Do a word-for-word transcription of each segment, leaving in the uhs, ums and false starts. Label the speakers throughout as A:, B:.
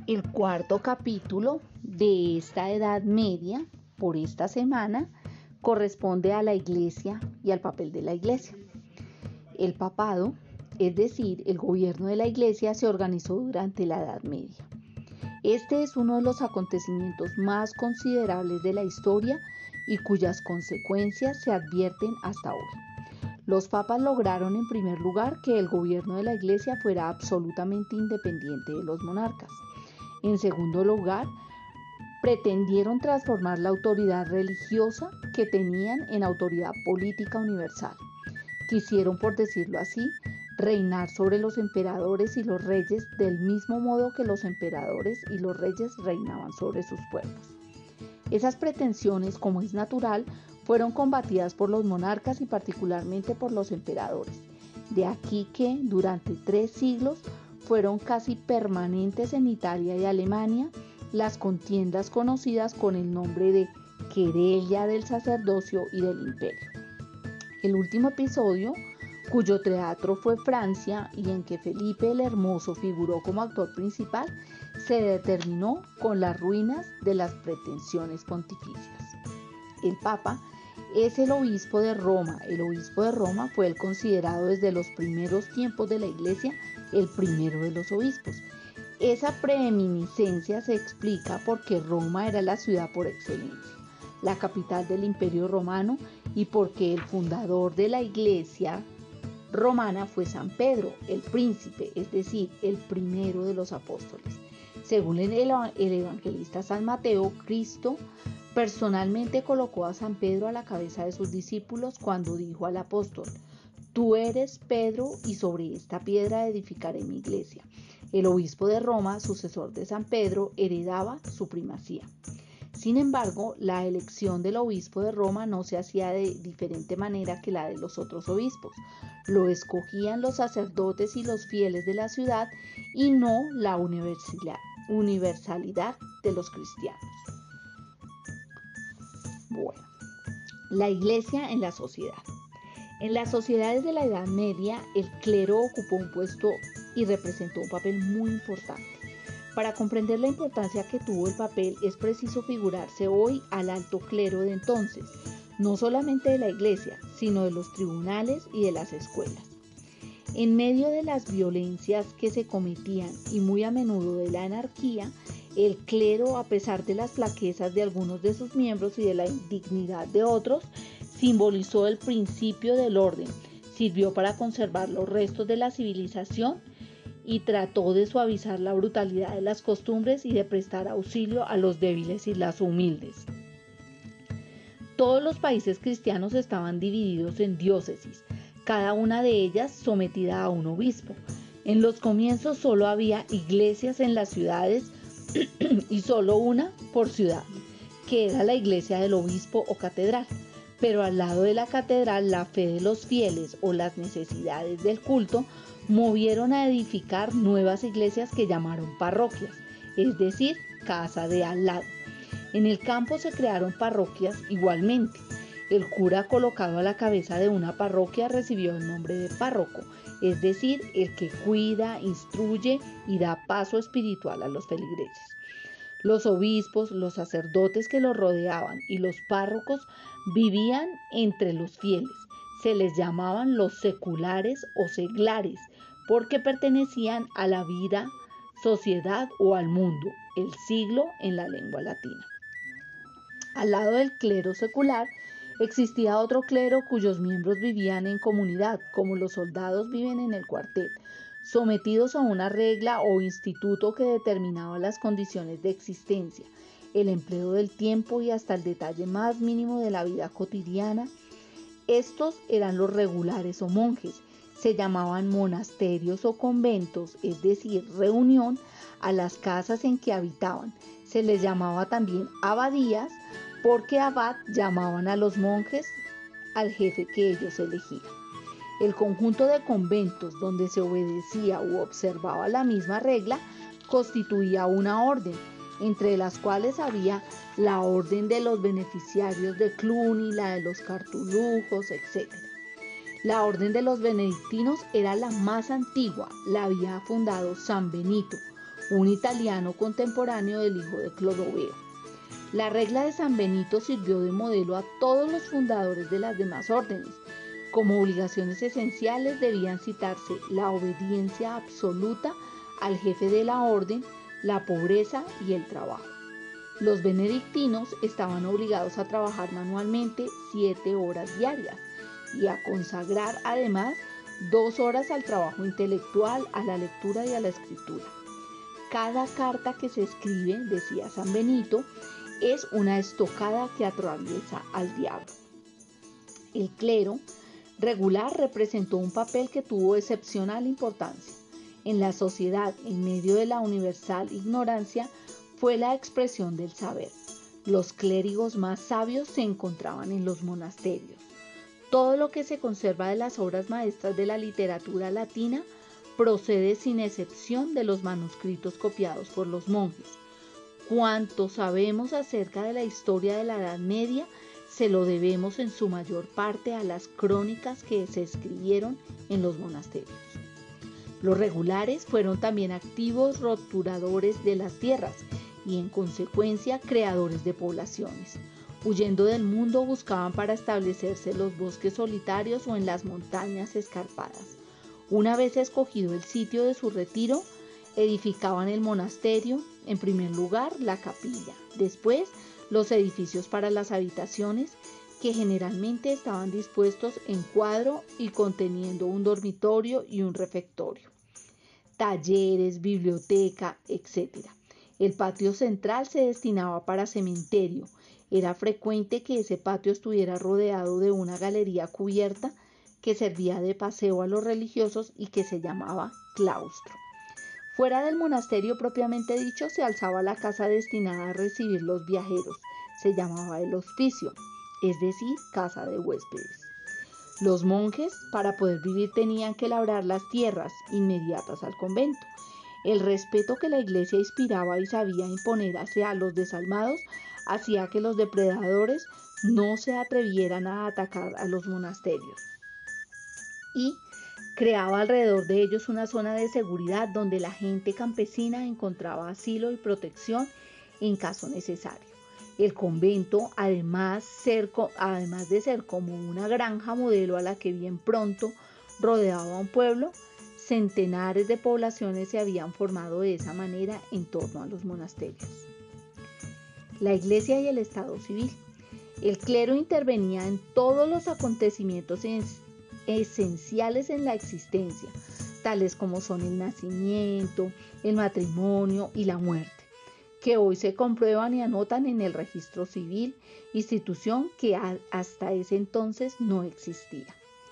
A: El cuarto capítulo de esta Edad Media, por esta semana, corresponde a la Iglesia y al papel de la Iglesia. El papado, es decir, el gobierno de la Iglesia, se organizó durante la Edad Media. Este es uno de los acontecimientos más considerables de la historia y cuyas consecuencias se advierten hasta hoy. Los papas lograron, en primer lugar, que el gobierno de la Iglesia fuera absolutamente independiente de los monarcas. En segundo lugar, pretendieron transformar la autoridad religiosa que tenían en autoridad política universal. Quisieron, por decirlo así, reinar sobre los emperadores y los reyes del mismo modo que los emperadores y los reyes reinaban sobre sus pueblos. Esas pretensiones, como es natural, fueron combatidas por los monarcas y particularmente por los emperadores. De aquí que, durante tres siglos, fueron casi permanentes en Italia y Alemania las contiendas conocidas con el nombre de querella del sacerdocio y del imperio. El último episodio, cuyo teatro fue Francia y en que Felipe el Hermoso figuró como actor principal, se determinó con las ruinas de las pretensiones pontificias. El Papa es el obispo de Roma. El obispo de Roma fue el considerado desde los primeros tiempos de la Iglesia el primero de los obispos. Esa preeminiscencia se explica porque Roma era la ciudad por excelencia, la capital del Imperio Romano, y porque el fundador de la Iglesia romana fue San Pedro, el príncipe, es decir, el primero de los apóstoles. Según el, el evangelista San Mateo, Cristo personalmente colocó a San Pedro a la cabeza de sus discípulos cuando dijo al apóstol: tú eres Pedro y sobre esta piedra edificaré mi iglesia. El obispo de Roma, sucesor de San Pedro, heredaba su primacía. Sin embargo, la elección del obispo de Roma no se hacía de diferente manera que la de los otros obispos. Lo escogían los sacerdotes y los fieles de la ciudad y no la universalidad, universalidad de los cristianos. Bueno, la iglesia en la sociedad. En las sociedades de la Edad Media, el clero ocupó un puesto y representó un papel muy importante. Para comprender la importancia que tuvo el papel, es preciso figurarse hoy al alto clero de entonces, no solamente de la iglesia, sino de los tribunales y de las escuelas. En medio de las violencias que se cometían y muy a menudo de la anarquía, el clero, a pesar de las flaquezas de algunos de sus miembros y de la indignidad de otros, simbolizó el principio del orden, sirvió para conservar los restos de la civilización y trató de suavizar la brutalidad de las costumbres y de prestar auxilio a los débiles y las humildes. Todos los países cristianos estaban divididos en diócesis, cada una de ellas sometida a un obispo. En los comienzos solo había iglesias en las ciudades y solo una por ciudad, que era la iglesia del obispo o catedral. Pero al lado de la catedral, la fe de los fieles o las necesidades del culto movieron a edificar nuevas iglesias que llamaron parroquias, es decir, casa de al lado. En el campo se crearon parroquias igualmente. El cura colocado a la cabeza de una parroquia recibió el nombre de párroco, es decir, el que cuida, instruye y da paso espiritual a los feligreses. Los obispos, los sacerdotes que los rodeaban y los párrocos vivían entre los fieles. Se les llamaban los seculares o seglares porque pertenecían a la vida, sociedad o al mundo, el siglo en la lengua latina. Al lado del clero secular existía otro clero cuyos miembros vivían en comunidad, como los soldados viven en el cuartel, sometidos a una regla o instituto que determinaba las condiciones de existencia, el empleo del tiempo y hasta el detalle más mínimo de la vida cotidiana. Estos eran los regulares o monjes. Se llamaban monasterios o conventos, es decir, reunión, a las casas en que habitaban. Se les llamaba también abadías, porque abad llamaban a los monjes al jefe que ellos elegían. El conjunto de conventos donde se obedecía u observaba la misma regla constituía una orden, entre las cuales había la orden de los beneficiarios de Cluny, la de los cartulujos, etcétera. La orden de los benedictinos era la más antigua, la había fundado San Benito, un italiano contemporáneo del hijo de Clodoveo. La regla de San Benito sirvió de modelo a todos los fundadores de las demás órdenes. Como obligaciones esenciales debían citarse la obediencia absoluta al jefe de la orden, la pobreza y el trabajo. Los benedictinos estaban obligados a trabajar manualmente siete horas diarias y a consagrar además dos horas al trabajo intelectual, a la lectura y a la escritura. Cada carta que se escribe, decía San Benito, es una estocada que atraviesa al diablo. El clero regular representó un papel que tuvo excepcional importancia. En la sociedad, en medio de la universal ignorancia, fue la expresión del saber. Los clérigos más sabios se encontraban en los monasterios. Todo lo que se conserva de las obras maestras de la literatura latina procede sin excepción de los manuscritos copiados por los monjes. Cuanto sabemos acerca de la historia de la Edad Media se lo debemos en su mayor parte a las crónicas que se escribieron en los monasterios. Los regulares fueron también activos roturadores de las tierras y en consecuencia creadores de poblaciones. Huyendo del mundo buscaban para establecerse en los bosques solitarios o en las montañas escarpadas. Una vez escogido el sitio de su retiro, edificaban el monasterio, en primer lugar la capilla, después los edificios para las habitaciones, que generalmente estaban dispuestos en cuadro y conteniendo un dormitorio y un refectorio, talleres, biblioteca, etcétera. El patio central se destinaba para cementerio. Era frecuente que ese patio estuviera rodeado de una galería cubierta que servía de paseo a los religiosos y que se llamaba claustro. Fuera del monasterio propiamente dicho se alzaba la casa destinada a recibir los viajeros. Se llamaba el hospicio, es decir, casa de huéspedes. Los monjes, para poder vivir, tenían que labrar las tierras inmediatas al convento. El respeto que la iglesia inspiraba y sabía imponer hacia los desalmados hacía que los depredadores no se atrevieran a atacar a los monasterios y creaba alrededor de ellos una zona de seguridad donde la gente campesina encontraba asilo y protección en caso necesario. El convento, además, ser, además de ser como una granja modelo a la que bien pronto rodeaba un pueblo, centenares de poblaciones se habían formado de esa manera en torno a los monasterios. La iglesia y el estado civil. El clero intervenía en todos los acontecimientos esenciales en la existencia, tales como son el nacimiento, el matrimonio y la muerte, que hoy se comprueban y anotan en el registro civil, institución que hasta ese entonces no existía.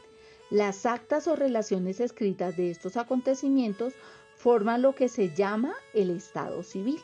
A: Las actas o relaciones escritas de estos acontecimientos forman lo que se llama el estado civil.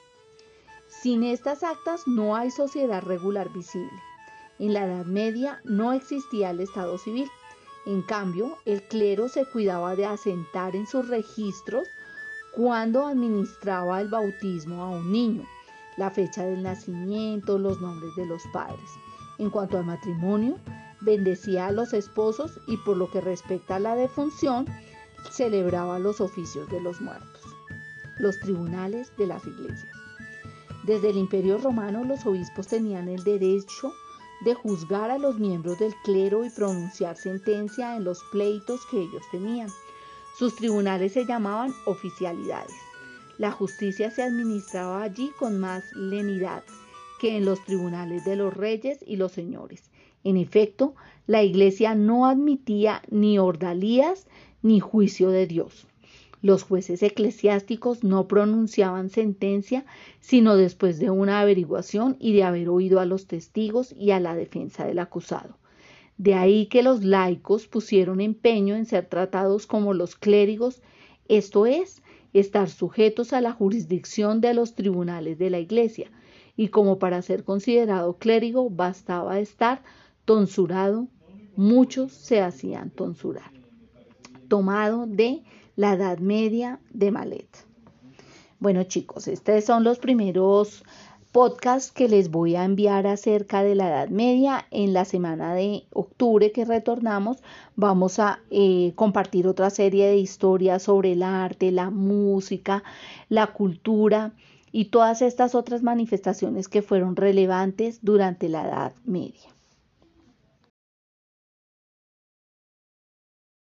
A: Sin estas actas no hay sociedad regular visible. En la Edad Media no existía el estado civil. En cambio, el clero se cuidaba de asentar en sus registros cuando administraba el bautismo a un niño, la fecha del nacimiento, los nombres de los padres. En cuanto al matrimonio, bendecía a los esposos y por lo que respecta a la defunción, celebraba los oficios de los muertos. Los tribunales de las iglesias. Desde el Imperio Romano, los obispos tenían el derecho de juzgar a los miembros del clero y pronunciar sentencia en los pleitos que ellos tenían. Sus tribunales se llamaban oficialidades. La justicia se administraba allí con más lenidad que en los tribunales de los reyes y los señores. En efecto, la iglesia no admitía ni ordalías ni juicio de Dios. Los jueces eclesiásticos no pronunciaban sentencia sino después de una averiguación y de haber oído a los testigos y a la defensa del acusado. De ahí que los laicos pusieron empeño en ser tratados como los clérigos, esto es, estar sujetos a la jurisdicción de los tribunales de la iglesia, y como para ser considerado clérigo bastaba estar tonsurado, muchos se hacían tonsurar. Tomado de La Edad Media de Malet. Bueno, chicos, estos son los primeros podcast que les voy a enviar acerca de la Edad Media. En la semana de octubre que retornamos, vamos a eh, compartir otra serie de historias sobre el arte, la música, la cultura y todas estas otras manifestaciones que fueron relevantes durante la Edad Media.